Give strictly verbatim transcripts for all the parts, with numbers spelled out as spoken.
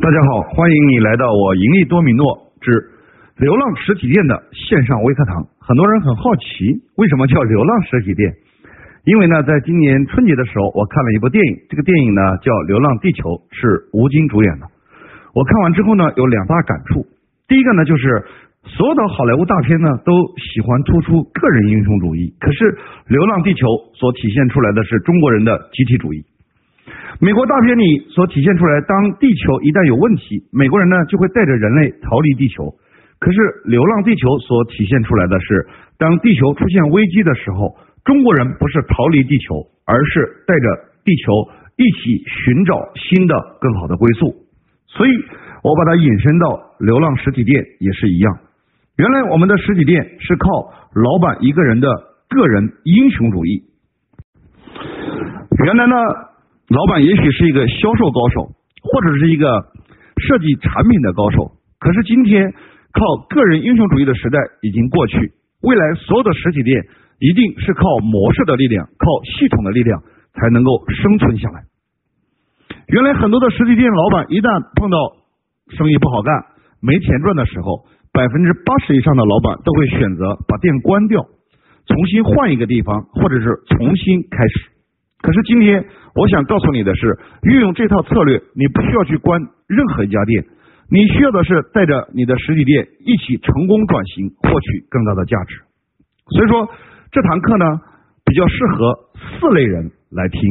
大家好，欢迎你来到我盈利多米诺之流浪实体店的线上微课堂。很多人很好奇，为什么叫流浪实体店？因为呢，在今年春节的时候，我看了一部电影，这个电影呢叫《流浪地球》，是吴京主演的。我看完之后呢，有两大感触。第一个呢，就是所有的好莱坞大片呢都喜欢突出个人英雄主义，可是《流浪地球》所体现出来的是中国人的集体主义。美国大片里所体现出来，当地球一旦有问题，美国人呢就会带着人类逃离地球。可是《流浪地球》所体现出来的是，当地球出现危机的时候，中国人不是逃离地球，而是带着地球一起寻找新的更好的归宿。所以我把它引申到流浪实体店也是一样。原来我们的实体店是靠老板一个人的个人英雄主义。原来呢，老板也许是一个销售高手，或者是一个设计产品的高手，可是今天靠个人英雄主义的时代已经过去，未来所有的实体店一定是靠模式的力量，靠系统的力量才能够生存下来。原来很多的实体店老板一旦碰到生意不好干，没钱赚的时候，百分之八十以上的老板都会选择把店关掉，重新换一个地方，或者是重新开始。可是今天我想告诉你的是，运用这套策略，你不需要去关任何一家店，你需要的是带着你的实体店一起成功转型，获取更大的价值。所以说这堂课呢比较适合四类人来听。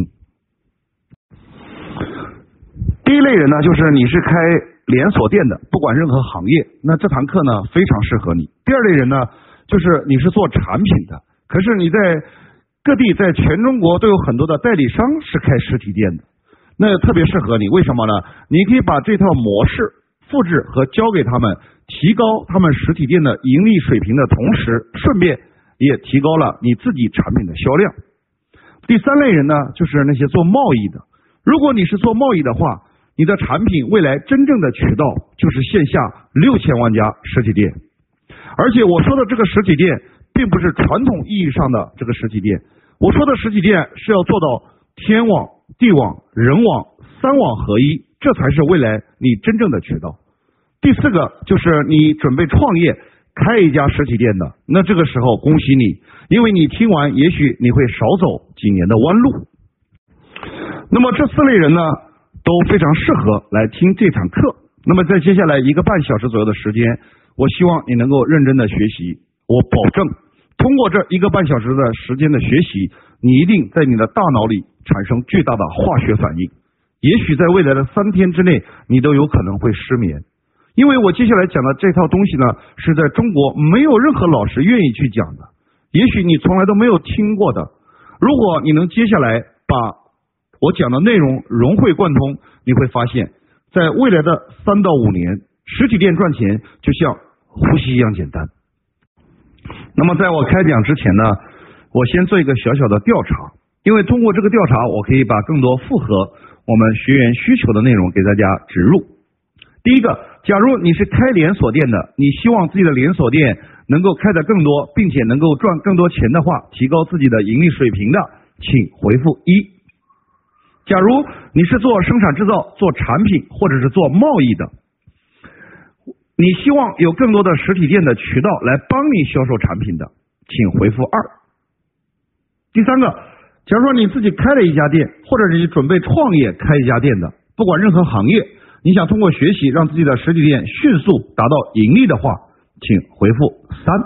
第一类人呢，就是你是开连锁店的，不管任何行业，那这堂课呢非常适合你。第二类人呢，就是你是做产品的，可是你在各地在全中国都有很多的代理商是开实体店的，那特别适合你。为什么呢？你可以把这套模式复制和教给他们，提高他们实体店的盈利水平的同时，顺便也提高了你自己产品的销量。第三类人呢，就是那些做贸易的。如果你是做贸易的话，你的产品未来真正的渠道就是线下六千万家实体店。而且我说的这个实体店并不是传统意义上的这个实体店，我说的实体店是要做到天网、地网、人网三网合一，这才是未来你真正的渠道。第四个就是你准备创业开一家实体店的，那这个时候恭喜你，因为你听完也许你会少走几年的弯路。那么这四类人呢都非常适合来听这堂课。那么在接下来一个半小时左右的时间，我希望你能够认真的学习，我保证通过这一个半小时的时间的学习，你一定在你的大脑里产生巨大的化学反应。也许在未来的三天之内，你都有可能会失眠。因为我接下来讲的这套东西呢，是在中国没有任何老师愿意去讲的，也许你从来都没有听过的。如果你能接下来把我讲的内容融会贯通，你会发现在未来的三到五年，实体店赚钱就像呼吸一样简单。那么在我开讲之前呢，我先做一个小小的调查，因为通过这个调查，我可以把更多符合我们学员需求的内容给大家植入。第一个，假如你是开连锁店的，你希望自己的连锁店能够开得更多，并且能够赚更多钱的话，提高自己的盈利水平的，请回复一。假如你是做生产制造、做产品或者是做贸易的，你希望有更多的实体店的渠道来帮你销售产品的，请回复二。第三个，假如说你自己开了一家店，或者是你准备创业开一家店的，不管任何行业，你想通过学习让自己的实体店迅速达到盈利的话，请回复三。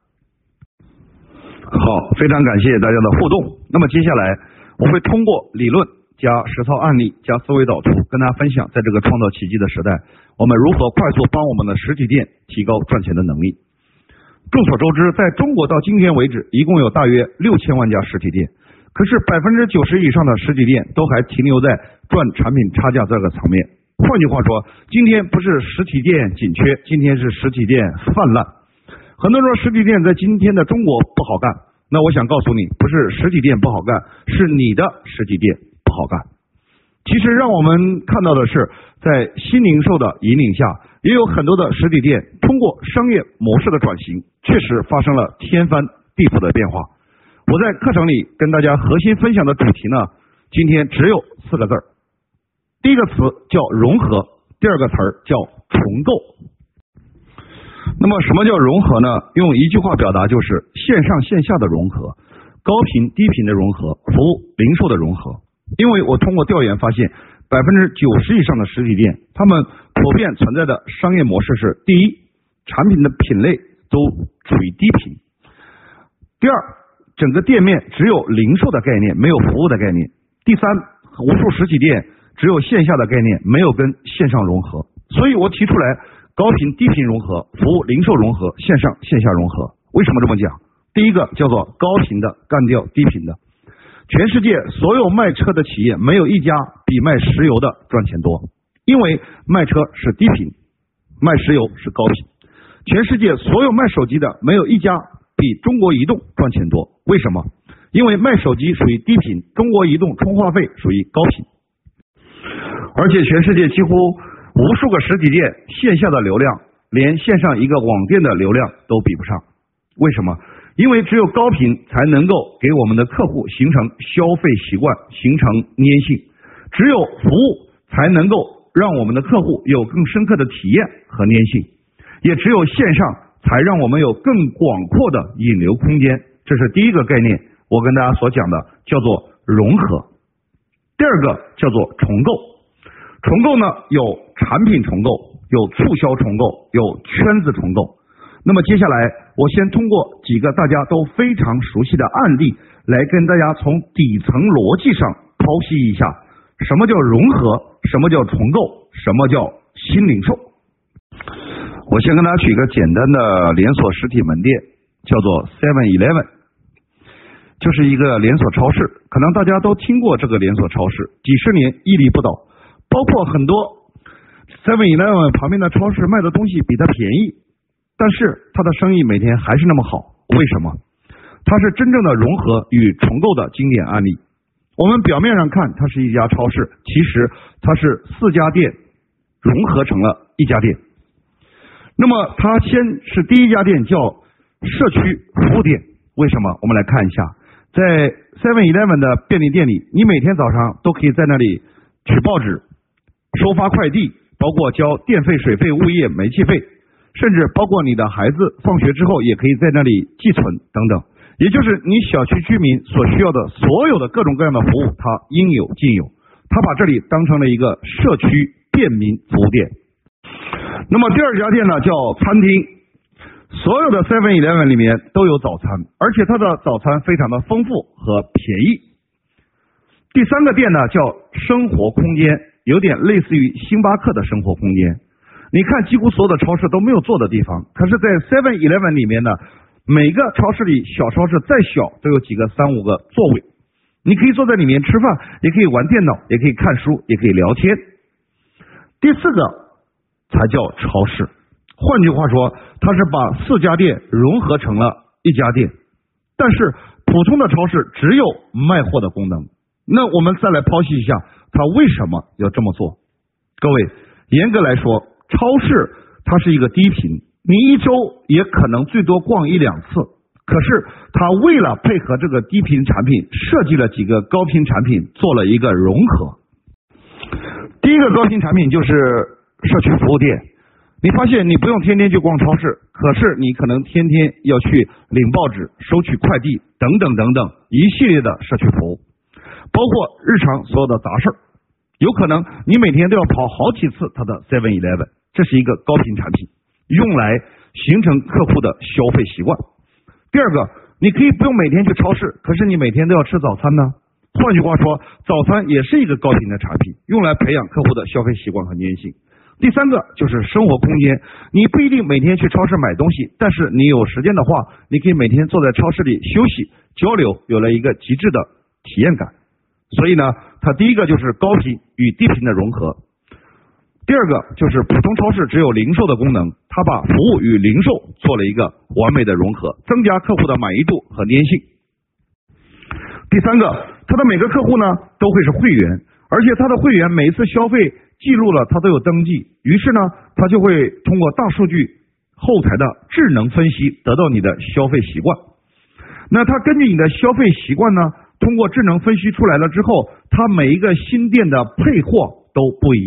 好，非常感谢大家的互动。那么接下来我会通过理论加实操案例加思维导图，跟大家分享在这个创造奇迹的时代，我们如何快速帮我们的实体店提高赚钱的能力。众所周知，在中国到今天为止，一共有大约六千万家实体店，可是百分之九十以上的实体店都还停留在赚产品差价这个层面。换句话说，今天不是实体店紧缺，今天是实体店泛滥。很多人说实体店在今天的中国不好干，那我想告诉你，不是实体店不好干，是你的实体店不好干。其实让我们看到的是，在新零售的引领下，也有很多的实体店通过商业模式的转型，确实发生了天翻地覆的变化。我在课程里跟大家核心分享的主题呢，今天只有四个字儿。第一个词叫融合， 第二个词儿叫重构。那么什么叫融合呢？用一句话表达就是线上线下的融合，高频低频的融合，服务零售的融合。因为我通过调研发现，百分之九十以上的实体店，他们普遍存在的商业模式是：第一，产品的品类都处于低频；第二，整个店面只有零售的概念，没有服务的概念；第三，无数实体店只有线下的概念，没有跟线上融合。所以我提出来高频低频融合，服务零售融合，线上线下融合。为什么这么讲？第一个叫做高频的干掉低频的。全世界所有卖车的企业，没有一家比卖石油的赚钱多，因为卖车是低频，卖石油是高频。全世界所有卖手机的，没有一家比中国移动赚钱多。为什么？因为卖手机属于低频，中国移动充话费属于高频。而且全世界几乎无数个实体店线下的流量，连线上一个网店的流量都比不上。为什么？因为只有高频才能够给我们的客户形成消费习惯，形成粘性。只有服务才能够让我们的客户有更深刻的体验和粘性。也只有线上才让我们有更广阔的引流空间。这是第一个概念，我跟大家所讲的叫做融合。第二个叫做重构。重构呢，有产品重构，有促销重构，有圈子重构。那么接下来我先通过几个大家都非常熟悉的案例，来跟大家从底层逻辑上剖析一下什么叫融合，什么叫重构，什么叫新零售。我先跟大家举一个简单的连锁实体门店，叫做 seven eleven， 就是一个连锁超市。可能大家都听过这个连锁超市，几十年屹立不倒，包括很多 seven eleven 旁边的超市卖的东西比它便宜，但是它的生意每天还是那么好。为什么？它是真正的融合与重构的经典案例。我们表面上看它是一家超市，其实它是四家店融合成了一家店。那么它先是第一家店叫社区服务店。为什么？我们来看一下，在 seven eleven 的便利店里，你每天早上都可以在那里取报纸、收发快递，包括交电费、水费、物业、煤气费，甚至包括你的孩子放学之后也可以在那里寄存等等。也就是你小区居民所需要的所有的各种各样的服务，它应有尽有。它把这里当成了一个社区便民服务店。那么第二家店呢，叫餐厅。所有的 seven eleven 里面都有早餐，而且它的早餐非常的丰富和便宜。第三个店呢，叫生活空间，有点类似于星巴克的生活空间。你看几乎所有的超市都没有坐的地方，可是在 seven eleven 里面呢，每个超市里小超市再小都有几个三五个座位，你可以坐在里面吃饭，也可以玩电脑，也可以看书，也可以聊天。第四个才叫超市。换句话说，它是把四家店融合成了一家店。但是普通的超市只有卖货的功能。那我们再来剖析一下它为什么要这么做。各位，严格来说，超市它是一个低频，你一周也可能最多逛一两次，可是它为了配合这个低频产品，设计了几个高频产品，做了一个融合。第一个高频产品就是社区服务店。你发现你不用天天去逛超市，可是你可能天天要去领报纸、收取快递等等等等一系列的社区服务，包括日常所有的杂事儿。有可能你每天都要跑好几次它的 seven eleven， 这是一个高频产品，用来形成客户的消费习惯。第二个，你可以不用每天去超市，可是你每天都要吃早餐呢。换句话说，早餐也是一个高频的产品，用来培养客户的消费习惯和粘性。第三个就是生活空间，你不一定每天去超市买东西，但是你有时间的话，你可以每天坐在超市里休息交流，有了一个极致的体验感。所以呢，它第一个就是高频与低频的融合。第二个就是普通超市只有零售的功能，它把服务与零售做了一个完美的融合，增加客户的满意度和粘性。第三个，它的每个客户呢都会是会员，而且它的会员每一次消费记录了，它都有登记，于是呢，它就会通过大数据后台的智能分析，得到你的消费习惯。那它根据你的消费习惯呢，通过智能分析出来了之后，它每一个新店的配货都不一样。换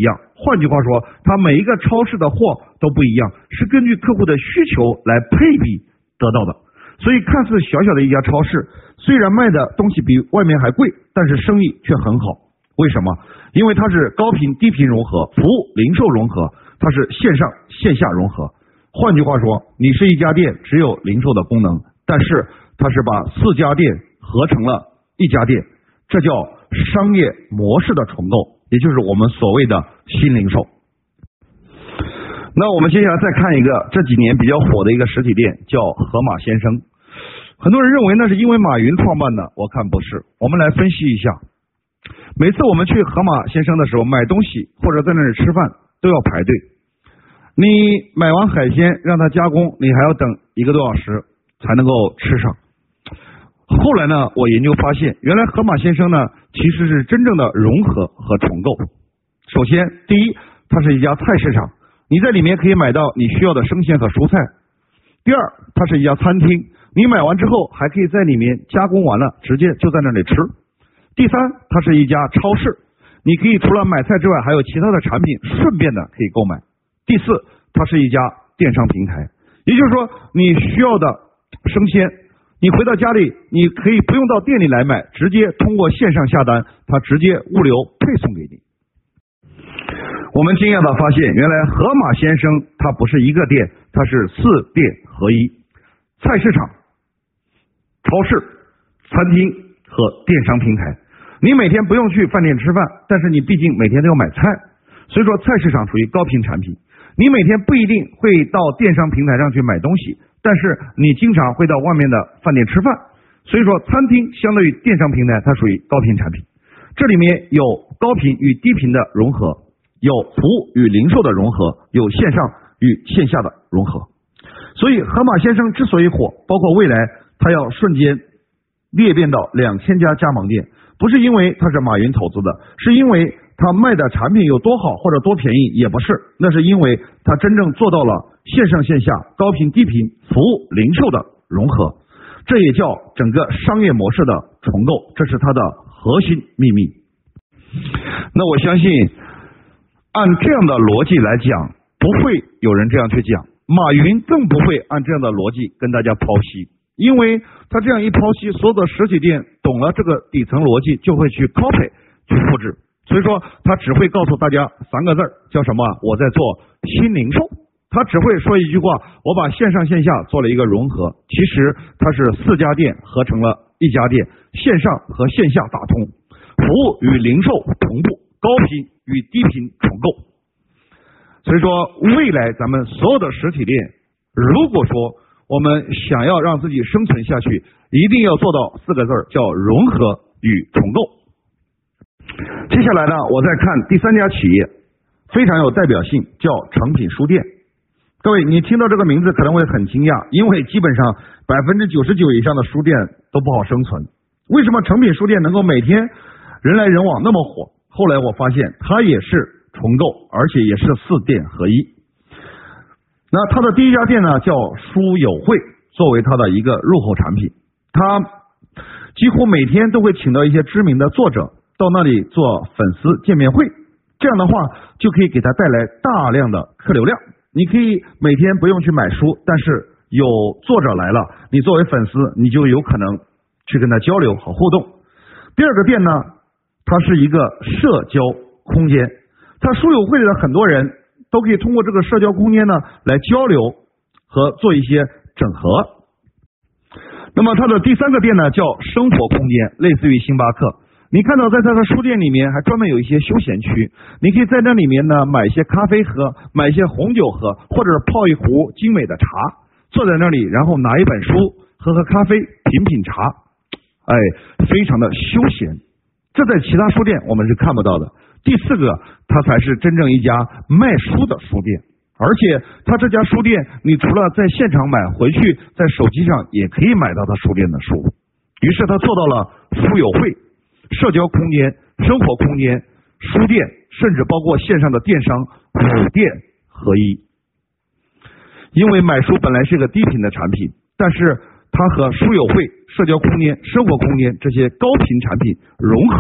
换句话说，它每一个超市的货都不一样，是根据客户的需求来配比得到的。所以看似小小的一家超市，虽然卖的东西比外面还贵，但是生意却很好。为什么？因为它是高频低频融合，服务零售融合，它是线上线下融合。换句话说，你是一家店，只有零售的功能，但是它是把四家店合成了一家店，这叫商业模式的重构，也就是我们所谓的新零售。那我们接下来再看一个这几年比较火的一个实体店，叫盒马鲜生。很多人认为那是因为马云创办的，我看不是。我们来分析一下，每次我们去盒马鲜生的时候买东西或者在那里吃饭都要排队，你买完海鲜让它加工，你还要等一个多小时才能够吃上。后来呢，我研究发现，原来盒马鲜生呢其实是真正的融合和重构。首先，第一，它是一家菜市场，你在里面可以买到你需要的生鲜和蔬菜。第二，它是一家餐厅，你买完之后还可以在里面加工完了直接就在那里吃。第三，它是一家超市，你可以除了买菜之外还有其他的产品顺便的可以购买。第四，它是一家电商平台，也就是说你需要的生鲜，你回到家里你可以不用到店里来买，直接通过线上下单，它直接物流配送给你。我们惊讶的发现，原来盒马鲜生它不是一个店，它是四店合一，菜市场、超市、餐厅和电商平台。你每天不用去饭店吃饭，但是你毕竟每天都要买菜，所以说菜市场属于高频产品。你每天不一定会到电商平台上去买东西，但是你经常会到外面的饭店吃饭，所以说餐厅相对于电商平台它属于高频产品。这里面有高频与低频的融合，有服务与零售的融合，有线上与线下的融合。所以盒马鲜生之所以火，包括未来它要瞬间裂变到两千家加盟店，不是因为它是马云投资的，是因为它卖的产品有多好或者多便宜，也不是，那是因为它真正做到了线上线下高频低频服务零售的融合，这也叫整个商业模式的重构，这是它的核心秘密。那我相信按这样的逻辑来讲，不会有人这样去讲，马云更不会按这样的逻辑跟大家剖析，因为他这样一剖析，所有的实体店懂了这个底层逻辑，就会去 copy 去复制，所以说他只会告诉大家三个字，叫什么？我在做新零售。他只会说一句话，我把线上线下做了一个融合，其实它是四家店合成了一家店，线上和线下打通，服务与零售同步，高频与低频重构。所以说未来咱们所有的实体店，如果说我们想要让自己生存下去，一定要做到四个字，叫融合与重构。接下来呢，我再看第三家企业，非常有代表性，叫诚品书店。各位，你听到这个名字可能会很惊讶，因为基本上百分之九十九以上的书店都不好生存。为什么诚品书店能够每天人来人往那么火？后来我发现它也是重构，而且也是四店合一。那它的第一家店呢叫书友会，作为它的一个入口产品，它几乎每天都会请到一些知名的作者到那里做粉丝见面会，这样的话就可以给它带来大量的客流量。你可以每天不用去买书，但是有作者来了，你作为粉丝你就有可能去跟他交流和互动。第二个店呢，它是一个社交空间，它书友会里的很多人都可以通过这个社交空间呢来交流和做一些整合。那么它的第三个店呢叫生活空间，类似于星巴克。你看到在它的书店里面还专门有一些休闲区，你可以在那里面呢买一些咖啡喝，买一些红酒喝，或者是泡一壶精美的茶，坐在那里然后拿一本书，喝喝咖啡，品品茶，哎，非常的休闲。这在其他书店我们是看不到的。第四个，它才是真正一家卖书的书店，而且它这家书店你除了在现场买，回去在手机上也可以买到它书店的书。于是它做到了书友会、社交空间、生活空间、书店，甚至包括线上的电商，五店合一。因为买书本来是个低频的产品，但是它和书友会、社交空间、生活空间这些高频产品融合，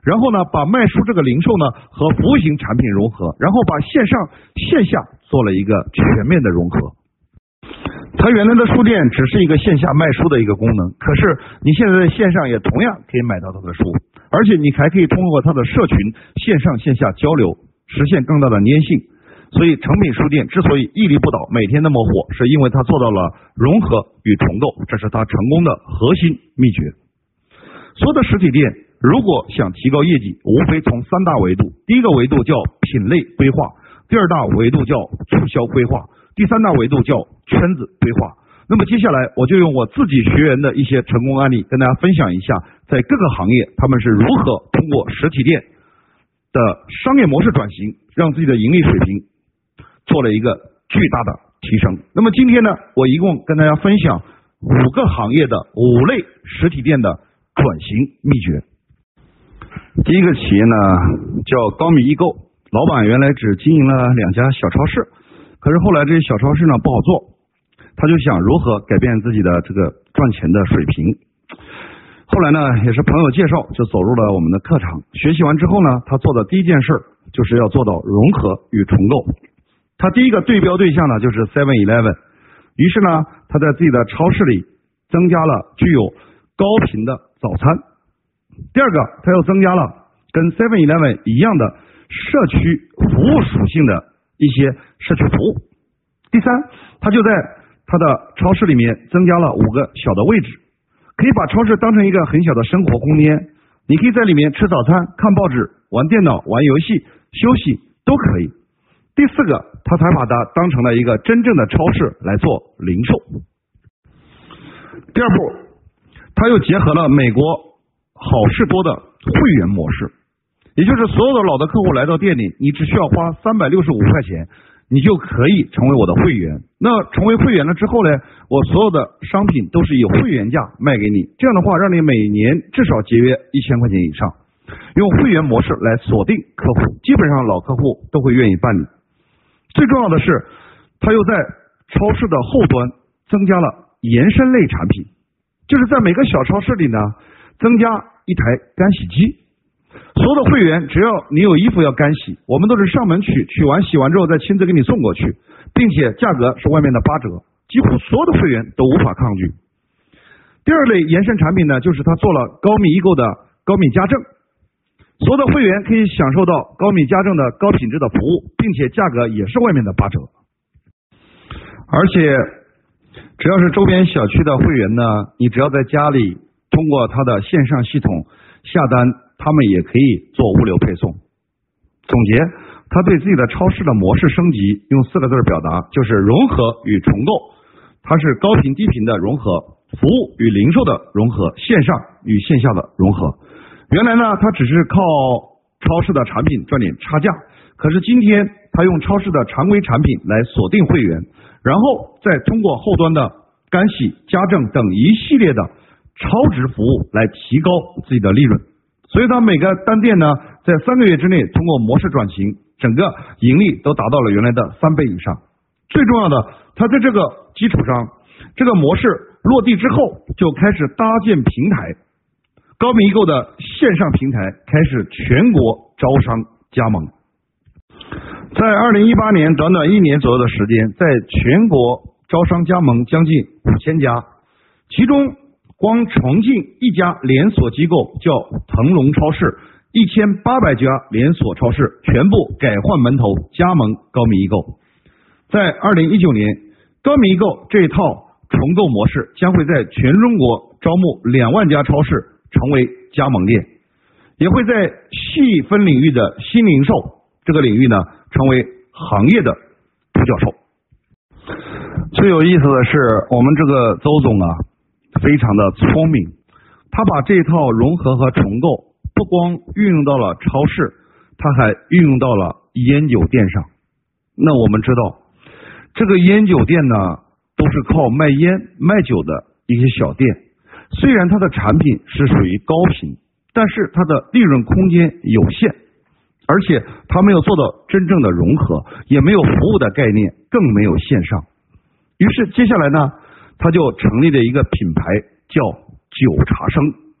然后呢把卖书这个零售呢和服务型产品融合，然后把线上线下做了一个全面的融合。它原来的书店只是一个线下卖书的一个功能，可是你现在在线上也同样可以买到它的书，而且你还可以通过它的社群线上线下交流，实现更大的粘性。所以诚品书店之所以屹立不倒，每天那么火，是因为它做到了融合与重构，这是它成功的核心秘诀。所有的实体店如果想提高业绩，无非从三大维度，第一个维度叫品类规划，第二大维度叫促销规划，第三大维度叫圈子规划。那么接下来我就用我自己学员的一些成功案例跟大家分享一下，在各个行业他们是如何通过实体店的商业模式转型，让自己的盈利水平做了一个巨大的提升。那么今天呢，我一共跟大家分享五个行业的五类实体店的转型秘诀。第一个企业呢叫高米易购，老板原来只经营了两家小超市，可是后来这些小超市呢不好做，他就想如何改变自己的这个赚钱的水平。后来呢也是朋友介绍，就走入了我们的课堂。学习完之后呢，他做的第一件事就是要做到融合与重构。他第一个对标对象呢就是 seven eleven， 于是呢他在自己的超市里增加了具有高频的早餐。第二个，他又增加了跟 seven eleven 一样的社区服务属性的一些社区服务。第三，他就在他的超市里面增加了五个小的位置，可以把超市当成一个很小的生活空间，你可以在里面吃早餐、看报纸、玩电脑、玩游戏、休息都可以。第四个，他才把它当成了一个真正的超市来做零售。第二步，他又结合了美国好事多的会员模式，也就是所有的老的客户来到店里，你只需要花三百六十五块钱，你就可以成为我的会员。那成为会员了之后呢，我所有的商品都是以会员价卖给你，这样的话让你每年至少节约一千块钱以上。用会员模式来锁定客户，基本上老客户都会愿意办理。最重要的是，他又在超市的后端增加了延伸类产品，就是在每个小超市里呢增加一台干洗机。所有的会员只要你有衣服要干洗，我们都是上门取，取完洗完之后再亲自给你送过去，并且价格是外面的八折，几乎所有的会员都无法抗拒。第二类延伸产品呢，就是他做了高米易购的高米家政，所有的会员可以享受到高米家政的高品质的服务，并且价格也是外面的八折。而且只要是周边小区的会员呢，你只要在家里通过他的线上系统下单，他们也可以做物流配送。总结，他对自己的超市的模式升级用四个字表达，就是融合与重构。它是高频低频的融合，服务与零售的融合，线上与线下的融合。原来呢他只是靠超市的产品赚点差价，可是今天他用超市的常规产品来锁定会员，然后再通过后端的干洗、家政等一系列的超值服务来提高自己的利润。所以他每个单店呢在三个月之内通过模式转型，整个盈利都达到了原来的三倍以上。最重要的，他在这个基础上，这个模式落地之后就开始搭建平台，高米易购的线上平台开始全国招商加盟。在二零一八年短短一年左右的时间，在全国招商加盟将近五千家，其中光重庆一家连锁机构叫腾龙超市，一千八百家连锁超市全部改换门头加盟高米易购。在二零一九年，高米易购这套重构模式将会在全中国招募两万家超市成为加盟店，也会在细分领域的新零售这个领域呢成为行业的独角兽。最有意思的是，我们这个周总啊非常的聪明，他把这套融合和重构不光运用到了超市，他还运用到了烟酒店上。那我们知道这个烟酒店呢都是靠卖烟卖酒的一些小店，虽然它的产品是属于高频，但是它的利润空间有限，而且它没有做到真正的融合，也没有服务的概念，更没有线上。于是接下来呢他就成立了一个品牌叫九茶生。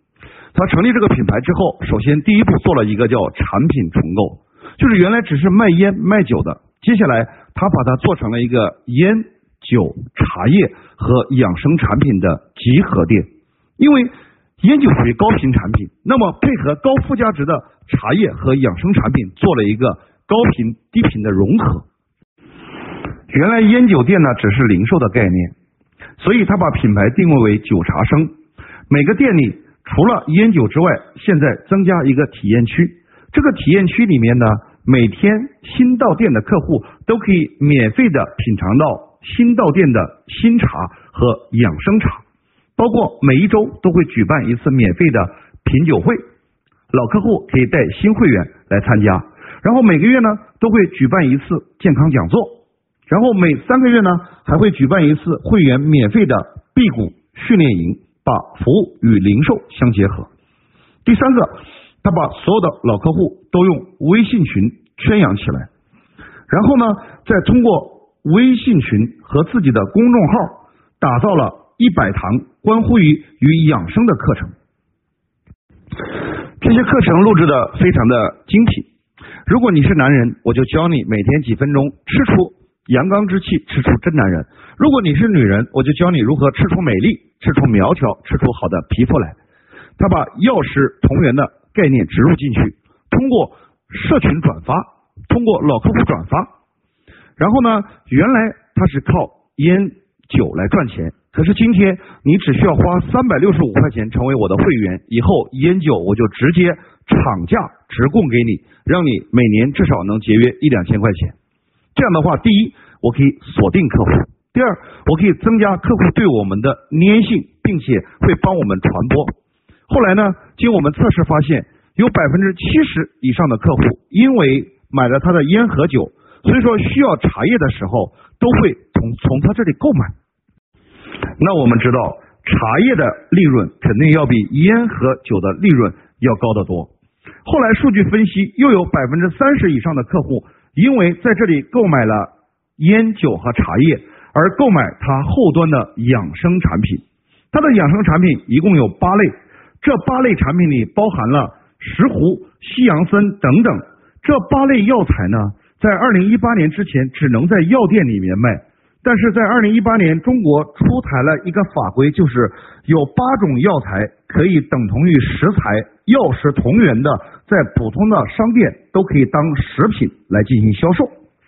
他成立这个品牌之后，首先第一步做了一个叫产品重构，就是原来只是卖烟卖酒的，接下来他把它做成了一个烟酒茶叶和养生产品的集合店。因为烟酒属于高频产品，那么配合高附加值的茶叶和养生产品做了一个高频低频的融合。原来烟酒店呢只是零售的概念，所以他把品牌定位为酒茶生。每个店里除了烟酒之外，现在增加一个体验区，这个体验区里面呢，每天新到店的客户都可以免费的品尝到新到店的新茶和养生茶，包括每一周都会举办一次免费的品酒会，老客户可以带新会员来参加，然后每个月呢都会举办一次健康讲座，然后每三个月呢还会举办一次会员免费的辟谷训练营，把服务与零售相结合。第三个，他把所有的老客户都用微信群圈养起来，然后呢再通过微信群和自己的公众号打造了一百堂关乎于与养生的课程。这些课程录制的非常的精品，如果你是男人，我就教你每天几分钟吃出阳刚之气，吃出真男人；如果你是女人，我就教你如何吃出美丽，吃出苗条，吃出好的皮肤来。他把药食同源的概念植入进去，通过社群转发，通过老客户转发，然后呢，原来他是靠烟酒来赚钱，可是今天你只需要花三百六十五块钱成为我的会员，以后烟酒我就直接厂价直供给你，让你每年至少能节约一两千块钱。这样的话，第一，我可以锁定客户；第二，我可以增加客户对我们的粘性，并且会帮我们传播。后来呢，经我们测试发现，有百分之七十以上的客户因为买了他的烟和酒，所以说需要茶叶的时候都会从从他这里购买。那我们知道茶叶的利润肯定要比烟和酒的利润要高得多。后来数据分析，又有百分之三十以上的客户因为在这里购买了烟酒和茶叶而购买它后端的养生产品。它的养生产品一共有八类，这八类产品里包含了石斛、西洋参等等。这八类药材呢，在二零一八年之前只能在药店里面卖，但是在二零一八年中国出台了一个法规，就是有八种药材可以等同于食材药食同源的，在普通的商店都可以当食品来进行销售。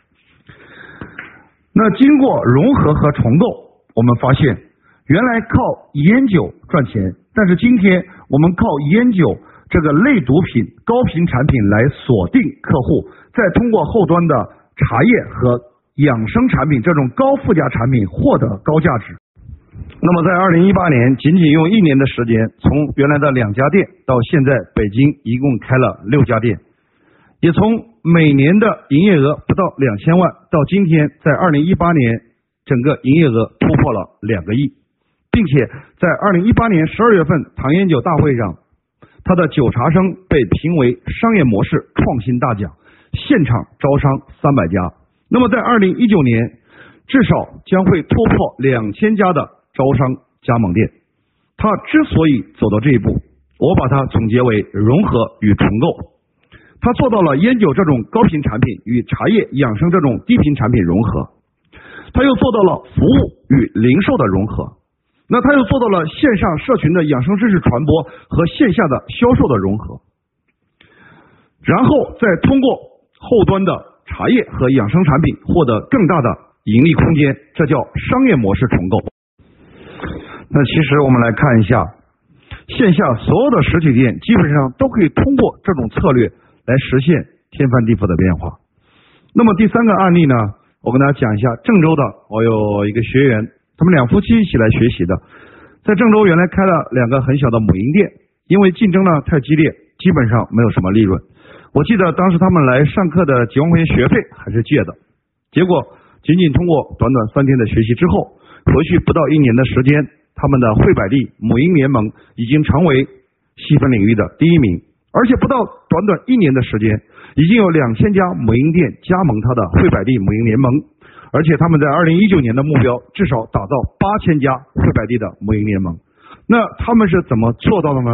那经过融合和重构，我们发现原来靠烟酒赚钱，但是今天我们靠烟酒这个类毒品高频产品来锁定客户，再通过后端的茶叶和养生产品这种高附加产品获得高价值。那么在二零一八年仅仅用一年的时间，从原来的两家店到现在北京一共开了六家店，也从每年的营业额不到两千万到今天在二零一八年整个营业额突破了两个亿，并且在二零一八年十二月份唐烟酒大会上，他的酒茶生被评为商业模式创新大奖，现场招商三百家。那么在二零一九年至少将会突破两千家的招商加盟店。他之所以走到这一步，我把它总结为融合与重构。他做到了烟酒这种高频产品与茶叶养生这种低频产品融合，他又做到了服务与零售的融合，那他又做到了线上社群的养生知识传播和线下的销售的融合，然后再通过后端的茶叶和养生产品获得更大的盈利空间，这叫商业模式重构。那其实我们来看一下，线下所有的实体店基本上都可以通过这种策略来实现天翻地覆的变化。那么第三个案例呢，我跟大家讲一下郑州的，我有一个学员，他们两夫妻一起来学习的，在郑州原来开了两个很小的母婴店，因为竞争呢太激烈，基本上没有什么利润。我记得当时他们来上课的几万块钱学费还是借的，结果仅仅通过短短三天的学习之后，回去不到一年的时间，他们的惠百利母婴联盟已经成为细分领域的第一名，而且不到短短一年的时间，已经有两千家母婴店加盟他的惠百利母婴联盟，而且他们在二零一九年的目标至少打造八千家惠百利的母婴联盟。那他们是怎么做到的呢？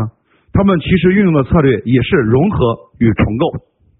他们其实运用的策略也是融合与重构。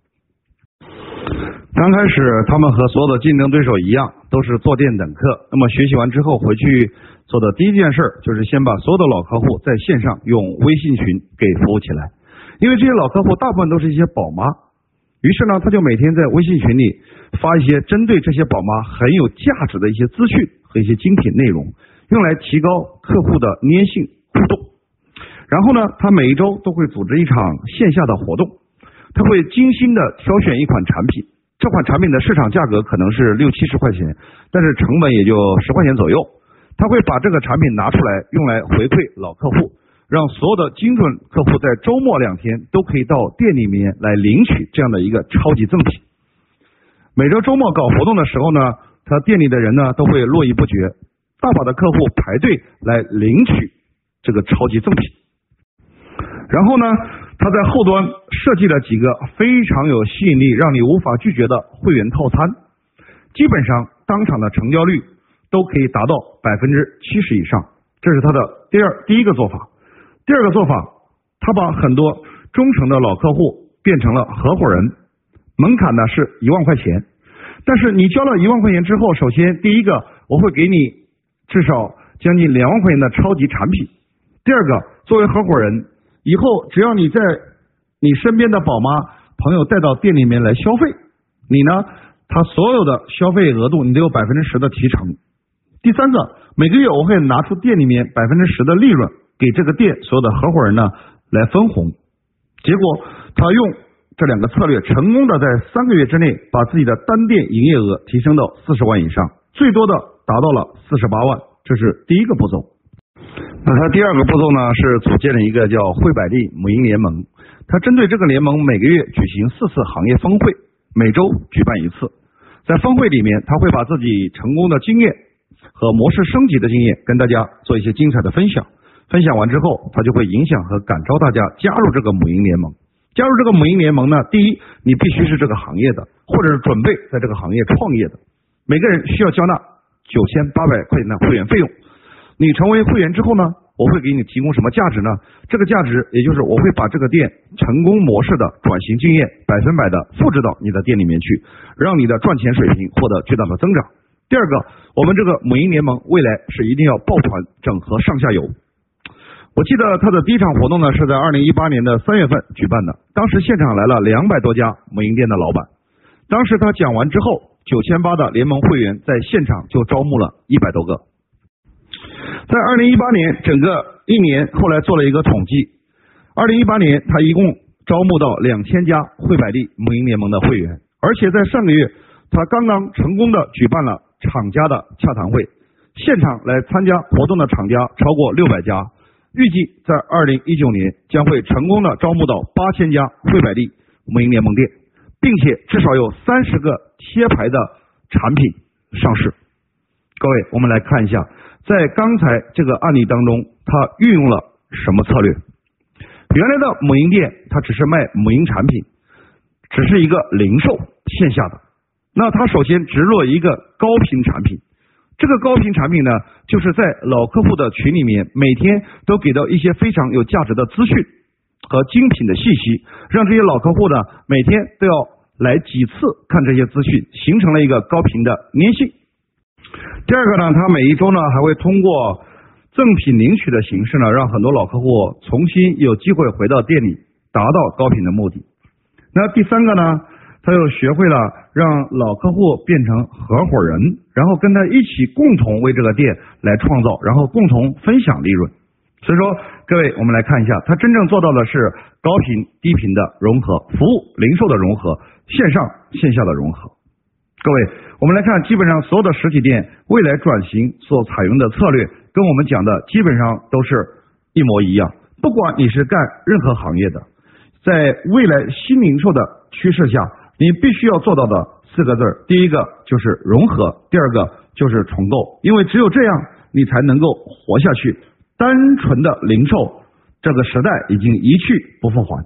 刚开始他们和所有的竞争对手一样，都是坐店等客。那么学习完之后回去做的第一件事就是先把所有的老客户在线上用微信群给服务起来。因为这些老客户大部分都是一些宝妈，于是呢他就每天在微信群里发一些针对这些宝妈很有价值的一些资讯和一些精品内容，用来提高客户的粘性互动。然后呢他每一周都会组织一场线下的活动，他会精心的挑选一款产品，这款产品的市场价格可能是六七十块钱，但是成本也就十块钱左右。他会把这个产品拿出来用来回馈老客户，让所有的精准客户在周末两天都可以到店里面来领取这样的一个超级赠品。每周周末搞活动的时候呢，他店里的人呢都会络绎不绝，大把的客户排队来领取这个超级赠品。然后呢他在后端设计了几个非常有吸引力让你无法拒绝的会员套餐，基本上当场的成交率都可以达到百分之七十以上，这是他的第二第一个做法。第二个做法，他把很多忠诚的老客户变成了合伙人，门槛呢是一万块钱，但是你交了一万块钱之后，首先第一个我会给你至少将近两万块钱的超级产品，第二个作为合伙人以后只要你在你身边的宝妈朋友带到店里面来消费，你呢他所有的消费额度你都有百分之十的提成。第三个，每个月我会拿出店里面百分之十的利润给这个店所有的合伙人呢来分红。结果他用这两个策略成功的在三个月之内把自己的单店营业额提升到四十万以上，最多的达到了四十八万，这是第一个步骤。那他第二个步骤呢是组建了一个叫汇百利母婴联盟，他针对这个联盟每个月举行四次行业峰会，每周举办一次。在峰会里面他会把自己成功的经验和模式升级的经验跟大家做一些精彩的分享，分享完之后他就会影响和感召大家加入这个母婴联盟。加入这个母婴联盟呢，第一你必须是这个行业的，或者是准备在这个行业创业的，每个人需要交纳九千八百块钱的会员费用。你成为会员之后呢，我会给你提供什么价值呢？这个价值也就是我会把这个店成功模式的转型经验百分百的复制到你的店里面去，让你的赚钱水平获得巨大的增长。第二个，我们这个母婴联盟未来是一定要抱团整合上下游。我记得他的第一场活动呢是在二零一八年的三月份举办的，当时现场来了两百多家母婴店的老板。当时他讲完之后，九千八的联盟会员在现场就招募了一百多个。在二零一八年整个一年后来做了一个统计，二零一八年他一共招募到两千家汇百利母婴联盟的会员，而且在上个月他刚刚成功的举办了厂家的洽谈会，现场来参加活动的厂家超过六百家，预计在二零一九年将会成功的招募到八千家汇百利母婴联盟店，并且至少有三十个贴牌的产品上市。各位，我们来看一下在刚才这个案例当中他运用了什么策略。原来的母婴店它只是卖母婴产品，只是一个零售线下的，那他首先植入一个高频产品，这个高频产品呢就是在老客户的群里面每天都给到一些非常有价值的资讯和精品的信息，让这些老客户呢每天都要来几次看这些资讯，形成了一个高频的粘性。第二个呢，他每一周呢还会通过赠品领取的形式呢，让很多老客户重新有机会回到店里，达到高频的目的。那第三个呢，他又学会了让老客户变成合伙人，然后跟他一起共同为这个店来创造，然后共同分享利润。所以说各位，我们来看一下他真正做到的是高频低频的融合，服务零售的融合，线上线下的融合。各位，我们来看基本上所有的实体店未来转型所采用的策略跟我们讲的基本上都是一模一样。不管你是干任何行业的，在未来新零售的趋势下，你必须要做到的四个字，第一个就是融合，第二个就是重构，因为只有这样你才能够活下去。单纯的零售这个时代已经一去不复还。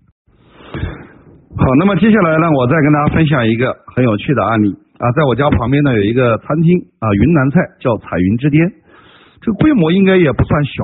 好，那么接下来呢，我再跟大家分享一个很有趣的案例啊，在我家旁边呢有一个餐厅啊，云南菜叫彩云之巅，这个规模应该也不算小，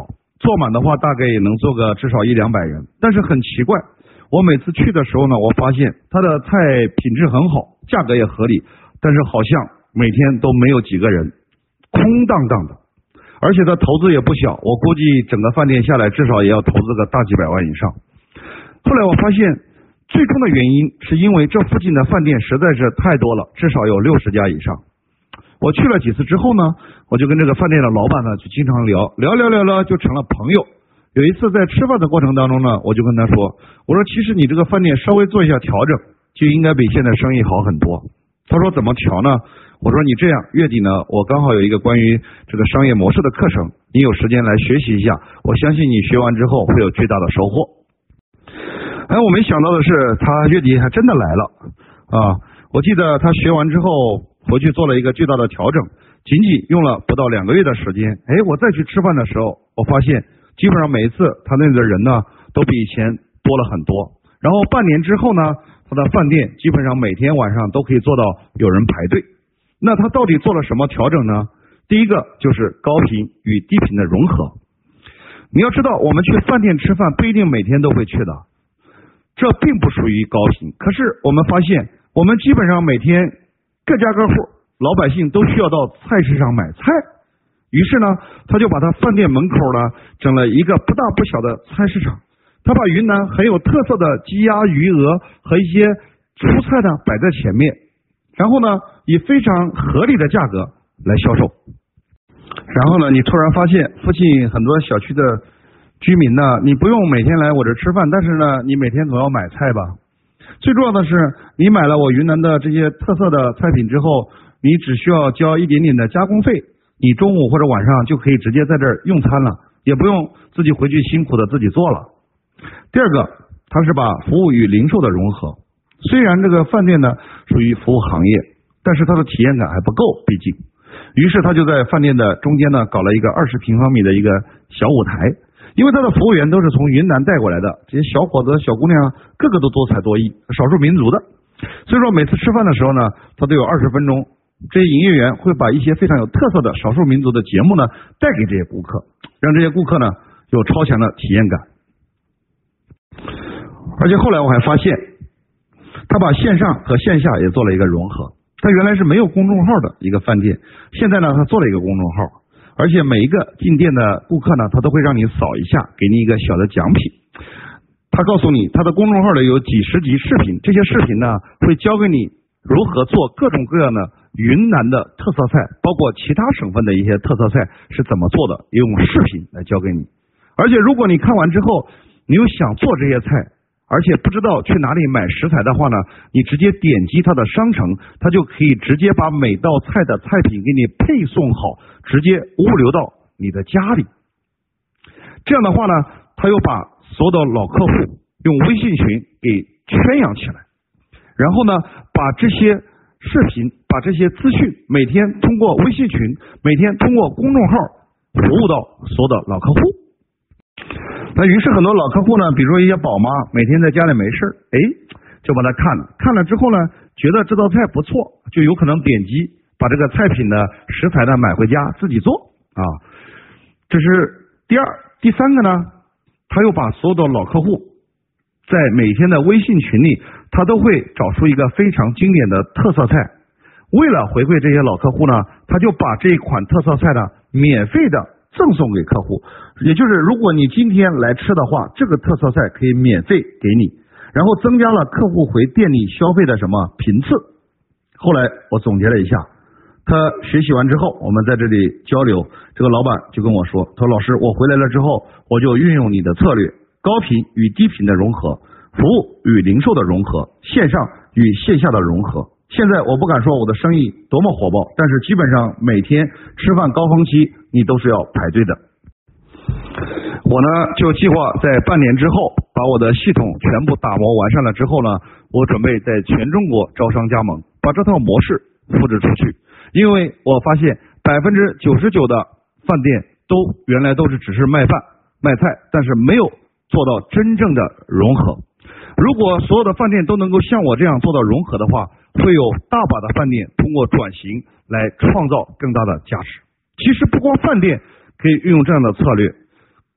坐满的话大概也能坐个至少一两百人。但是很奇怪，我每次去的时候呢，我发现它的菜品质很好，价格也合理，但是好像每天都没有几个人，空荡荡的。而且它投资也不小，我估计整个饭店下来至少也要投资个大几百万以上。后来我发现最终的原因是因为这附近的饭店实在是太多了，至少有六十家以上。我去了几次之后呢，我就跟这个饭店的老板呢就经常聊聊聊聊聊，就成了朋友。有一次在吃饭的过程当中呢，我就跟他说，我说其实你这个饭店稍微做一下调整，就应该比现在生意好很多。他说怎么调呢？我说你这样，月底呢我刚好有一个关于这个商业模式的课程，你有时间来学习一下，我相信你学完之后会有巨大的收获。哎，我没想到的是他月底还真的来了啊！我记得他学完之后回去做了一个巨大的调整，仅仅用了不到两个月的时间。哎，我再去吃饭的时候，我发现基本上每一次他那里的人呢都比以前多了很多。然后半年之后呢，他的饭店基本上每天晚上都可以做到有人排队。那他到底做了什么调整呢？第一个就是高频与低频的融合。你要知道，我们去饭店吃饭不一定每天都会去的，这并不属于高频。可是我们发现，我们基本上每天各家各户老百姓都需要到菜市场买菜，于是呢，他就把他饭店门口呢整了一个不大不小的菜市场。他把云南很有特色的鸡鸭鱼鹅和一些蔬菜呢摆在前面，然后呢以非常合理的价格来销售。然后呢，你突然发现附近很多小区的居民呢，你不用每天来我这吃饭，但是呢，你每天总要买菜吧。最重要的是，你买了我云南的这些特色的菜品之后，你只需要交一点点的加工费，你中午或者晚上就可以直接在这儿用餐了，也不用自己回去辛苦的自己做了。第二个，它是把服务与零售的融合。虽然这个饭店呢属于服务行业，但是它的体验感还不够，毕竟。于是他就在饭店的中间呢搞了一个二十平方米的一个小舞台，因为他的服务员都是从云南带过来的，这些小伙子小姑娘个个都多才多艺，少数民族的，所以说每次吃饭的时候呢，他都有二十分钟，这些营业员会把一些非常有特色的少数民族的节目呢带给这些顾客，让这些顾客呢有超强的体验感。而且后来我还发现，他把线上和线下也做了一个融合。他原来是没有公众号的一个饭店，现在呢他做了一个公众号，而且每一个进店的顾客呢，他都会让你扫一下，给你一个小的奖品。他告诉你，他的公众号里有几十集视频，这些视频呢会教给你如何做各种各样的云南的特色菜，包括其他省份的一些特色菜是怎么做的，用视频来教给你。而且如果你看完之后，你又想做这些菜，而且不知道去哪里买食材的话呢，你直接点击它的商城，它就可以直接把每道菜的菜品给你配送好，直接物流到你的家里。这样的话呢，他又把所有的老客户用微信群给圈养起来，然后呢，把这些视频、把这些资讯每天通过微信群，每天通过公众号服务到所有的老客户。那于是很多老客户呢，比如说一些宝妈，每天在家里没事，哎，就把它看了，看了之后呢，觉得这道菜不错，就有可能点击把这个菜品的食材呢买回家自己做啊。这是第二，第三个呢，他又把所有的老客户在每天的微信群里，他都会找出一个非常经典的特色菜。为了回馈这些老客户呢，他就把这一款特色菜呢免费的赠送给客户，也就是如果你今天来吃的话，这个特色菜可以免费给你，然后增加了客户回店里消费的什么频次。后来我总结了一下，他学习完之后，我们在这里交流，这个老板就跟我说，他说老师，我回来了之后，我就运用你的策略，高频与低频的融合，服务与零售的融合，线上与线下的融合。现在我不敢说我的生意多么火爆，但是基本上每天吃饭高峰期你都是要排队的。我呢就计划在半年之后把我的系统全部打磨完善了之后呢，我准备在全中国招商加盟，把这套模式复制出去。因为我发现百分之九十九的饭店都原来都是只是卖饭卖菜，但是没有做到真正的融合。如果所有的饭店都能够像我这样做到融合的话，会有大把的饭店通过转型来创造更大的价值。其实不光饭店可以运用这样的策略，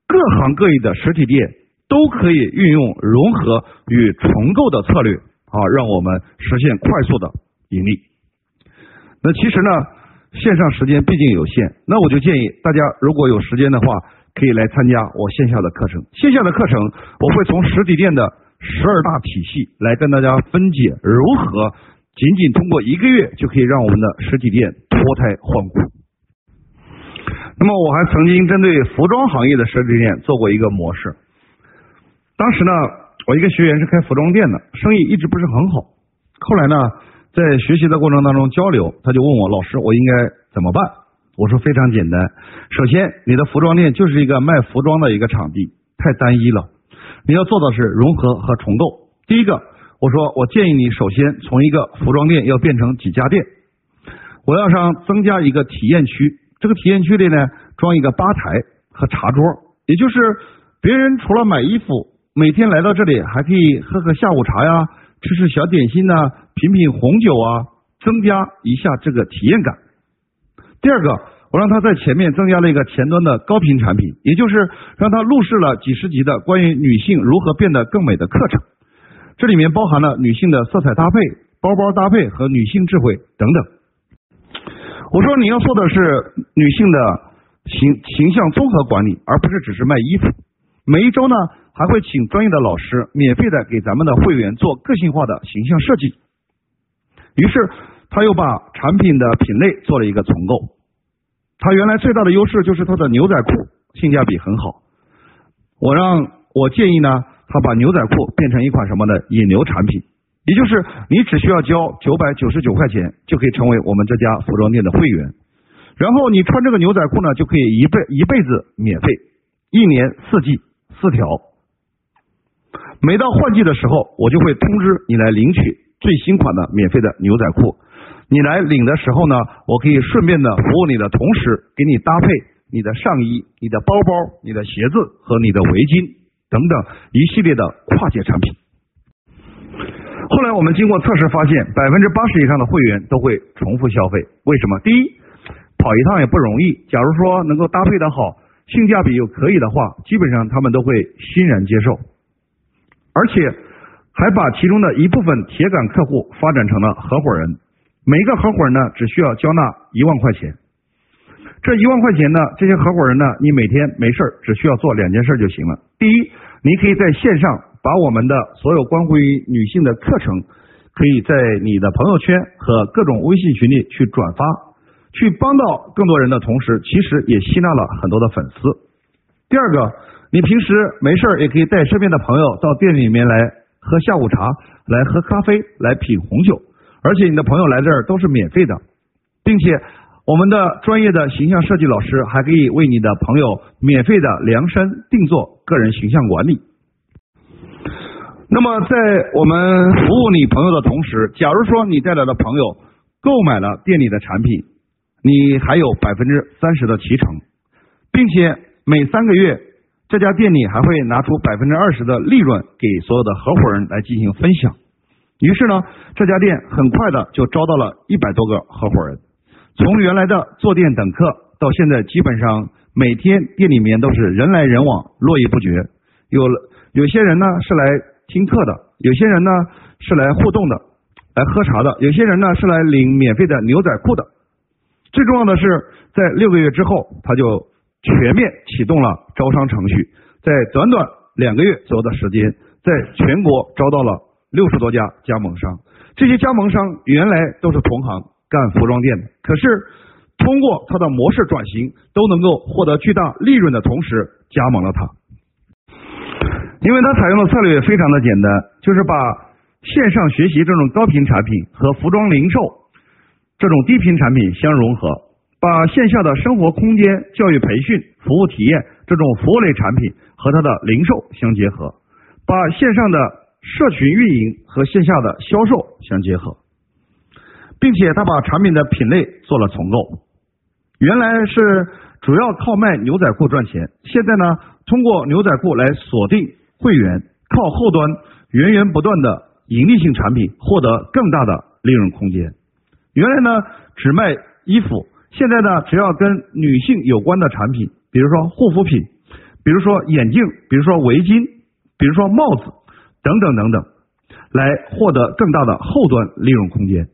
各行各业的实体店都可以运用融合与重构的策略，啊，让我们实现快速的盈利。那其实呢，线上时间毕竟有限，那我就建议大家如果有时间的话，可以来参加我线下的课程。线下的课程我会从实体店的十二大体系来跟大家分解如何仅仅通过一个月就可以让我们的实体店脱胎换骨。那么我还曾经针对服装行业的实体店做过一个模式。当时呢，我一个学员是开服装店的，生意一直不是很好。后来呢，在学习的过程当中交流，他就问我，老师，我应该怎么办？我说非常简单，首先你的服装店就是一个卖服装的一个场地，太单一了，你要做的是融合和重构。第一个，我说我建议你首先从一个服装店要变成几家店，我要让增加一个体验区，这个体验区里呢装一个吧台和茶桌，也就是别人除了买衣服，每天来到这里还可以喝喝下午茶呀，吃吃小点心呐，品品红酒啊，增加一下这个体验感。第二个，我让他在前面增加了一个前端的高频产品，也就是让他录制了几十集的关于女性如何变得更美的课程，这里面包含了女性的色彩搭配、包包搭配和女性智慧等等。我说你要做的是女性的形形象综合管理，而不是只是卖衣服。每一周呢，还会请专业的老师免费的给咱们的会员做个性化的形象设计。于是他又把产品的品类做了一个重构。他原来最大的优势就是他的牛仔裤性价比很好，我让我建议呢，他把牛仔裤变成一款什么的引流产品，也就是你只需要交九百九十九块钱就可以成为我们这家服装店的会员，然后你穿这个牛仔裤呢就可以一辈一辈子免费，一年四季四条，每到换季的时候我就会通知你来领取最新款的免费的牛仔裤。你来领的时候呢，我可以顺便的服务你的同时给你搭配你的上衣、你的包包、你的鞋子和你的围巾等等一系列的跨界产品。后来我们经过测试发现，百分之八十以上的会员都会重复消费。为什么？第一，跑一趟也不容易，假如说能够搭配的好，性价比又可以的话，基本上他们都会欣然接受，而且还把其中的一部分铁杆客户发展成了合伙人。每一个合伙人呢，只需要交纳一万块钱。这一万块钱呢，这些合伙人呢，你每天没事只需要做两件事就行了。第一，你可以在线上把我们的所有关乎于女性的课程，可以在你的朋友圈和各种微信群里去转发，去帮到更多人的同时，其实也吸纳了很多的粉丝。第二个，你平时没事也可以带身边的朋友到店里面来喝下午茶，来喝咖啡，来品红酒。而且你的朋友来这儿都是免费的，并且我们的专业的形象设计老师还可以为你的朋友免费的量身定做个人形象管理。那么在我们服务你朋友的同时，假如说你带来的朋友购买了店里的产品，你还有百分之三十的提成，并且每三个月这家店里还会拿出百分之二十的利润给所有的合伙人来进行分享。于是呢，这家店很快的就招到了一百多个合伙人，从原来的坐店等客到现在基本上每天店里面都是人来人往，络绎不绝。有有些人呢是来听课的，有些人呢是来互动的，来喝茶的，有些人呢是来领免费的牛仔裤的。最重要的是，在六个月之后，他就全面启动了招商程序，在短短两个月左右的时间，在全国招到了六十多家加盟商。这些加盟商原来都是同行干服装店的，可是通过它的模式转型，都能够获得巨大利润的同时加盟了它。因为它采用的策略非常的简单，就是把线上学习这种高频产品和服装零售这种低频产品相融合，把线下的生活空间、教育培训、服务体验这种服务类产品和它的零售相结合，把线上的社群运营和线下的销售相结合，并且他把产品的品类做了重构。原来是主要靠卖牛仔裤赚钱，现在呢，通过牛仔裤来锁定会员，靠后端源源不断的盈利性产品获得更大的利润空间。原来呢只卖衣服，现在呢只要跟女性有关的产品，比如说护肤品， 比如说眼镜，比如说围巾，比如说帽子等等等等，来获得更大的后端利润空间。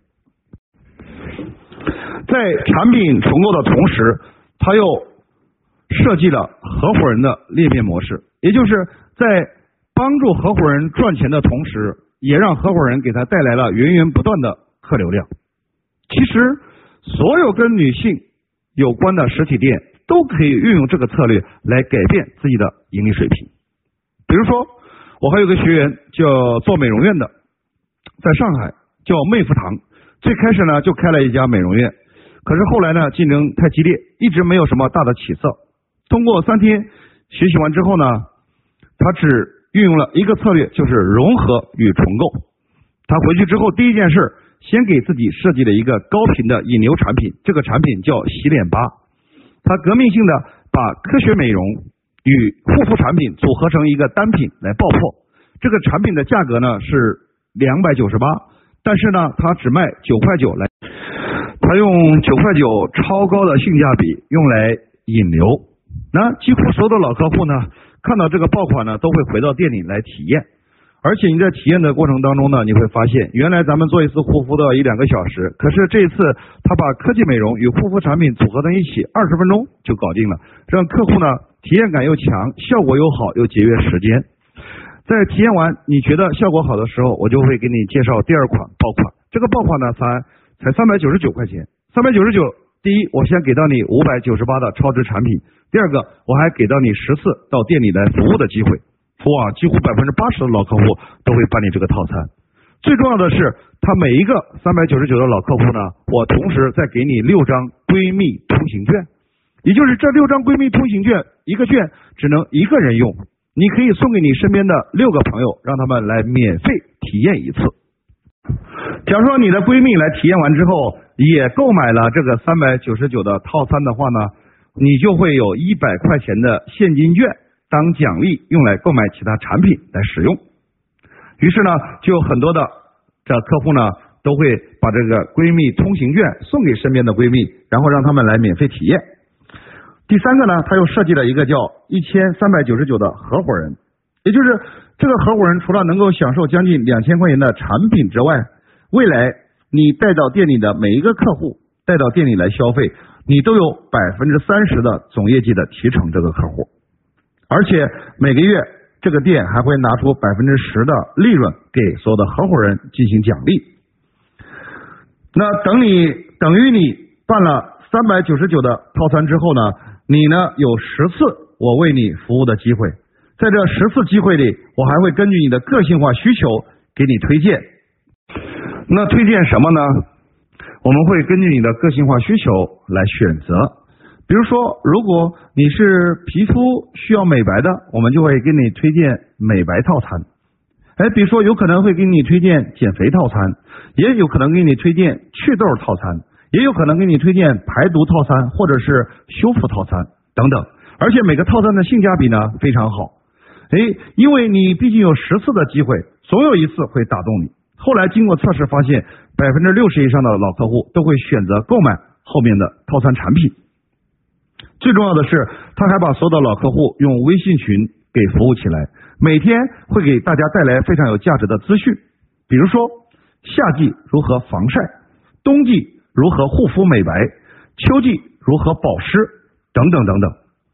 在产品重构的同时，他又设计了合伙人的裂变模式，也就是在帮助合伙人赚钱的同时，也让合伙人给他带来了源源不断的客流量。其实所有跟女性有关的实体店都可以运用这个策略来改变自己的盈利水平。比如说我还有个学员叫做美容院的，在上海叫妹夫堂，最开始呢就开了一家美容院，可是后来呢竞争太激烈，一直没有什么大的起色。通过三天学习完之后呢，他只运用了一个策略，就是融合与重构。他回去之后第一件事，先给自己设计了一个高频的引流产品，这个产品叫洗脸吧。他革命性的把科学美容与护肤产品组合成一个单品来爆破。这个产品的价格呢是两百九十八，但是呢他只卖九块九来，他用九块九超高的性价比用来引流。那几乎所有的老客户呢看到这个爆款呢都会回到店里来体验。而且你在体验的过程当中呢，你会发现原来咱们做一次护肤都要一两个小时，可是这一次他把科技美容与护肤产品组合在一起，二十分钟就搞定了，让客户呢体验感又强，效果又好，又节约时间。在体验完你觉得效果好的时候，我就会给你介绍第二款爆款。这个爆款呢才才三百九十九块钱，三百九十九，第一我先给到你五百九十八的超值产品，第二个我还给到你十次到店里来服务的机会。哇，几乎百分之八十的老客户都会办理这个套餐。最重要的是，他每一个三百九十九的老客户呢，我同时再给你六张闺蜜通行券，也就是这六张闺蜜通行券，一个券只能一个人用，你可以送给你身边的六个朋友，让他们来免费体验一次。假如说你的闺蜜来体验完之后，也购买了这个三百九十九的套餐的话呢，你就会有一百块钱的现金券当奖励，用来购买其他产品来使用。于是呢，就有很多的这客户呢，都会把这个闺蜜通行券送给身边的闺蜜，然后让他们来免费体验。第三个呢，他又设计了一个叫一千三百九十九的合伙人，也就是这个合伙人除了能够享受将近两千块钱的产品之外，未来你带到店里的每一个客户带到店里来消费，你都有百分之三十的总业绩的提成这个客户。而且每个月这个店还会拿出百分之十的利润给所有的合伙人进行奖励。那等你等于你办了三百九十九的套餐之后呢，你呢有十次我为你服务的机会，在这十次机会里，我还会根据你的个性化需求给你推荐。那推荐什么呢？我们会根据你的个性化需求来选择。比如说，如果你是皮肤需要美白的，我们就会给你推荐美白套餐。哎，比如说有可能会给你推荐减肥套餐，也有可能给你推荐祛痘套餐，也有可能给你推荐排毒套餐或者是修复套餐等等。而且每个套餐的性价比呢非常好。哎，因为你毕竟有十次的机会，总有一次会打动你。后来经过测试发现，百分之六十以上的老客户都会选择购买后面的套餐产品。最重要的是，他还把所有的老客户用微信群给服务起来，每天会给大家带来非常有价值的资讯，比如说夏季如何防晒，冬季如何护肤美白，秋季如何保湿等等等等。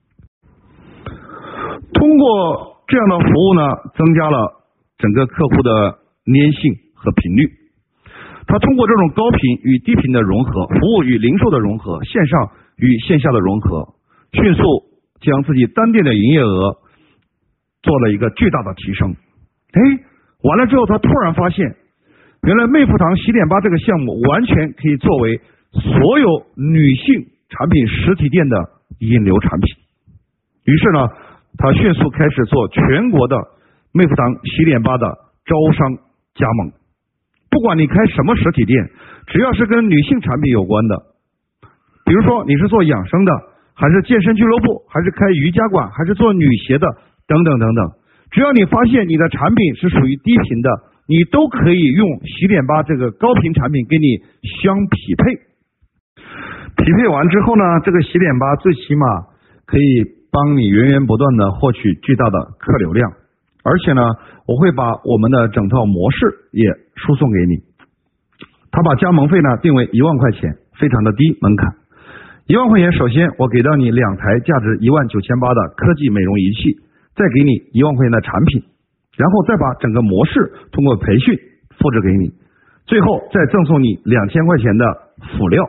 通过这样的服务呢，增加了整个客户的粘性和频率。他通过这种高频与低频的融合，服务与零售的融合，线上与线下的融合，迅速将自己单店的营业额做了一个巨大的提升。哎，完了之后他突然发现，原来妹夫堂洗脸吧这个项目完全可以作为所有女性产品实体店的引流产品。于是呢，他迅速开始做全国的妹夫堂洗脸吧的招商加盟。不管你开什么实体店，只要是跟女性产品有关的，比如说你是做养生的，还是健身俱乐部，还是开瑜伽馆，还是做女鞋的等等等等，只要你发现你的产品是属于低频的，你都可以用洗脸吧这个高频产品给你相匹配。匹配完之后呢，这个洗脸吧最起码可以帮你源源不断的获取巨大的客流量，而且呢，我会把我们的整套模式也输送给你。他把加盟费呢定为一万块钱，非常的低门槛。一万块钱，首先我给到你两台价值一万九千八的科技美容仪器，再给你一万块钱的产品，然后再把整个模式通过培训复制给你，最后再赠送你两千块钱的辅料。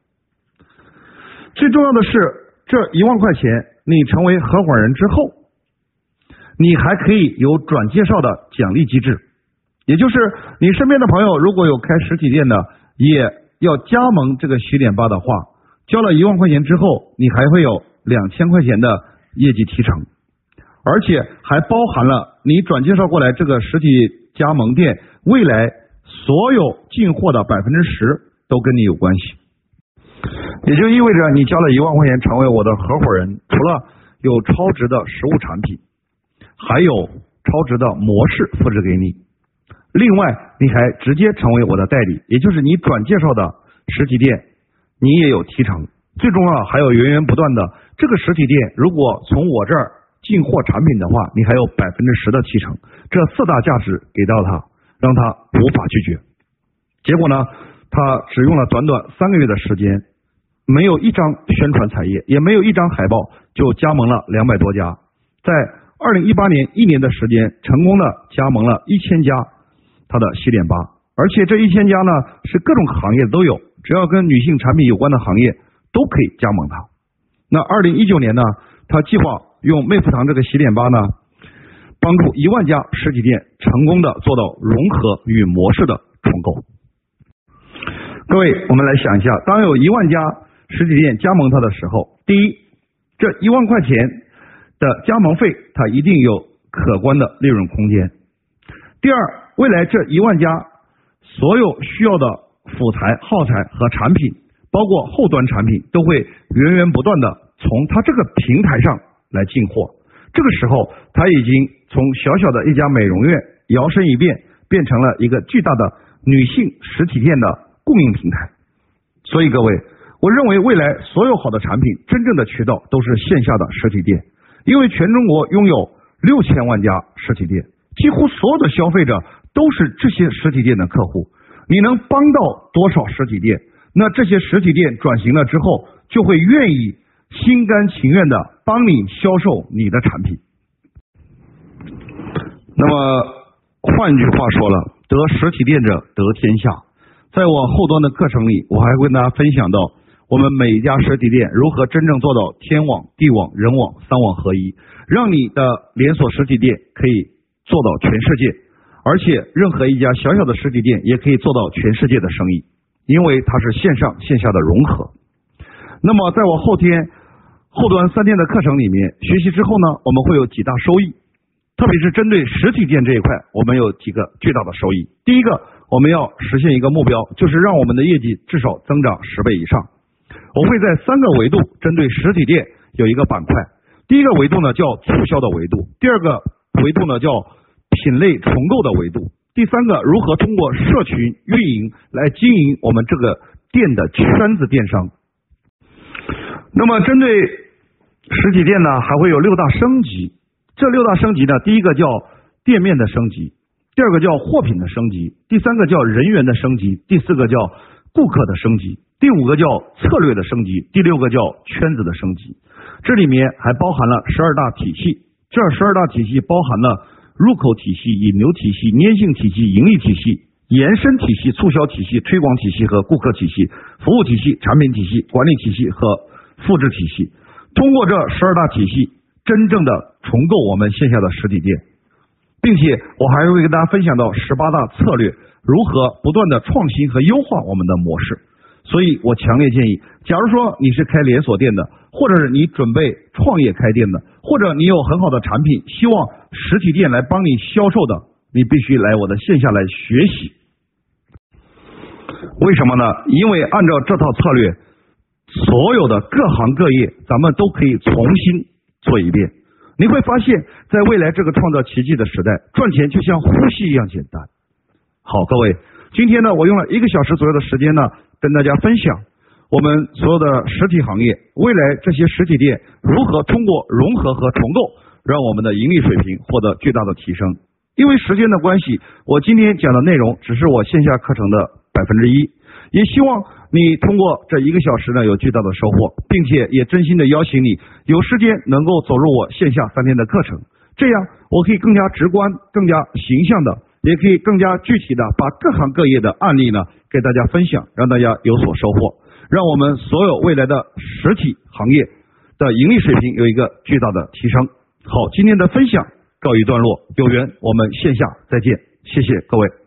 最重要的是，这一万块钱你成为合伙人之后，你还可以有转介绍的奖励机制，也就是你身边的朋友如果有开实体店的，也要加盟这个洗脸吧的话，交了一万块钱之后，你还会有两千块钱的业绩提成，而且还包含了你转介绍过来这个实体加盟店未来所有进货的百分之十都跟你有关系。也就意味着你交了一万块钱成为我的合伙人，除了有超值的实物产品，还有超值的模式复制给你，另外你还直接成为我的代理，也就是你转介绍的实体店你也有提成，最重要还有源源不断的这个实体店如果从我这儿进货产品的话，你还有百分之十的提成，这四大价值给到他，让他无法拒绝。结果呢，他只用了短短三个月的时间，没有一张宣传彩页，也没有一张海报，就加盟了两百多家，在二零一八年一年的时间，成功的加盟了一千家他的洗脸吧，而且这一千家呢是各种行业都有，只要跟女性产品有关的行业都可以加盟他。那二零一九年呢，他计划用魅肤堂这个洗脸吧呢，帮助一万家实体店成功的做到融合与模式的重构。各位，我们来想一下，当有一万家实体店加盟他的时候，第一，这一万块钱的加盟费，它一定有可观的利润空间。第二，未来这一万家所有需要的辅材、耗材和产品，包括后端产品，都会源源不断的从他这个平台上来进货。这个时候，他已经从小小的一家美容院摇身一变，变成了一个巨大的女性实体店的供应平台。所以各位，我认为未来所有好的产品真正的渠道都是线下的实体店，因为全中国拥有六千万家实体店，几乎所有的消费者都是这些实体店的客户。你能帮到多少实体店，那这些实体店转型了之后，就会愿意心甘情愿的帮你销售你的产品。那么换句话说了，得实体店者得天下。在我后端的课程里，我还会跟大家分享到我们每一家实体店如何真正做到天网、地网、人网三网合一，让你的连锁实体店可以做到全世界，而且任何一家小小的实体店也可以做到全世界的生意，因为它是线上线下的融合。那么在我后天后端三天的课程里面学习之后呢，我们会有几大收益，特别是针对实体店这一块，我们有几个巨大的收益。第一个，我们要实现一个目标，就是让我们的业绩至少增长十倍以上。我会在三个维度针对实体店有一个板块。第一个维度呢叫促销的维度，第二个维度呢叫品类重构的维度，第三个如何通过社群运营来经营我们这个店的圈子电商。那么针对实体店呢，还会有六大升级。这六大升级呢，第一个叫店面的升级，第二个叫货品的升级，第三个叫人员的升级，第四个叫顾客的升级，第五个叫策略的升级，第六个叫圈子的升级。这里面还包含了十二大体系，这十二大体系包含了入口体系、引流体系、粘性体系、盈利体系、延伸体系、促销体系、推广体系和顾客体系、服务体系、产品体系、管理体系和复制体系。通过这十二大体系，真正的重构我们线下的实体店，并且我还会跟大家分享到十八大策略，如何不断的创新和优化我们的模式。所以我强烈建议，假如说你是开连锁店的，或者是你准备创业开店的，或者你有很好的产品，希望实体店来帮你销售的，你必须来我的线下来学习。为什么呢？因为按照这套策略，所有的各行各业咱们都可以重新做一遍。你会发现在未来这个创造奇迹的时代，赚钱就像呼吸一样简单。好，各位，今天呢，我用了一个小时左右的时间呢，跟大家分享我们所有的实体行业，未来这些实体店如何通过融合和重构，让我们的盈利水平获得巨大的提升。因为时间的关系，我今天讲的内容只是我线下课程的百分之一，也希望你通过这一个小时呢有巨大的收获，并且也真心的邀请你有时间能够走入我线下三天的课程，这样我可以更加直观、更加形象的，也可以更加具体的把各行各业的案例呢给大家分享，让大家有所收获，让我们所有未来的实体行业的盈利水平有一个巨大的提升。好，今天的分享告一段落，有缘我们线下再见，谢谢各位。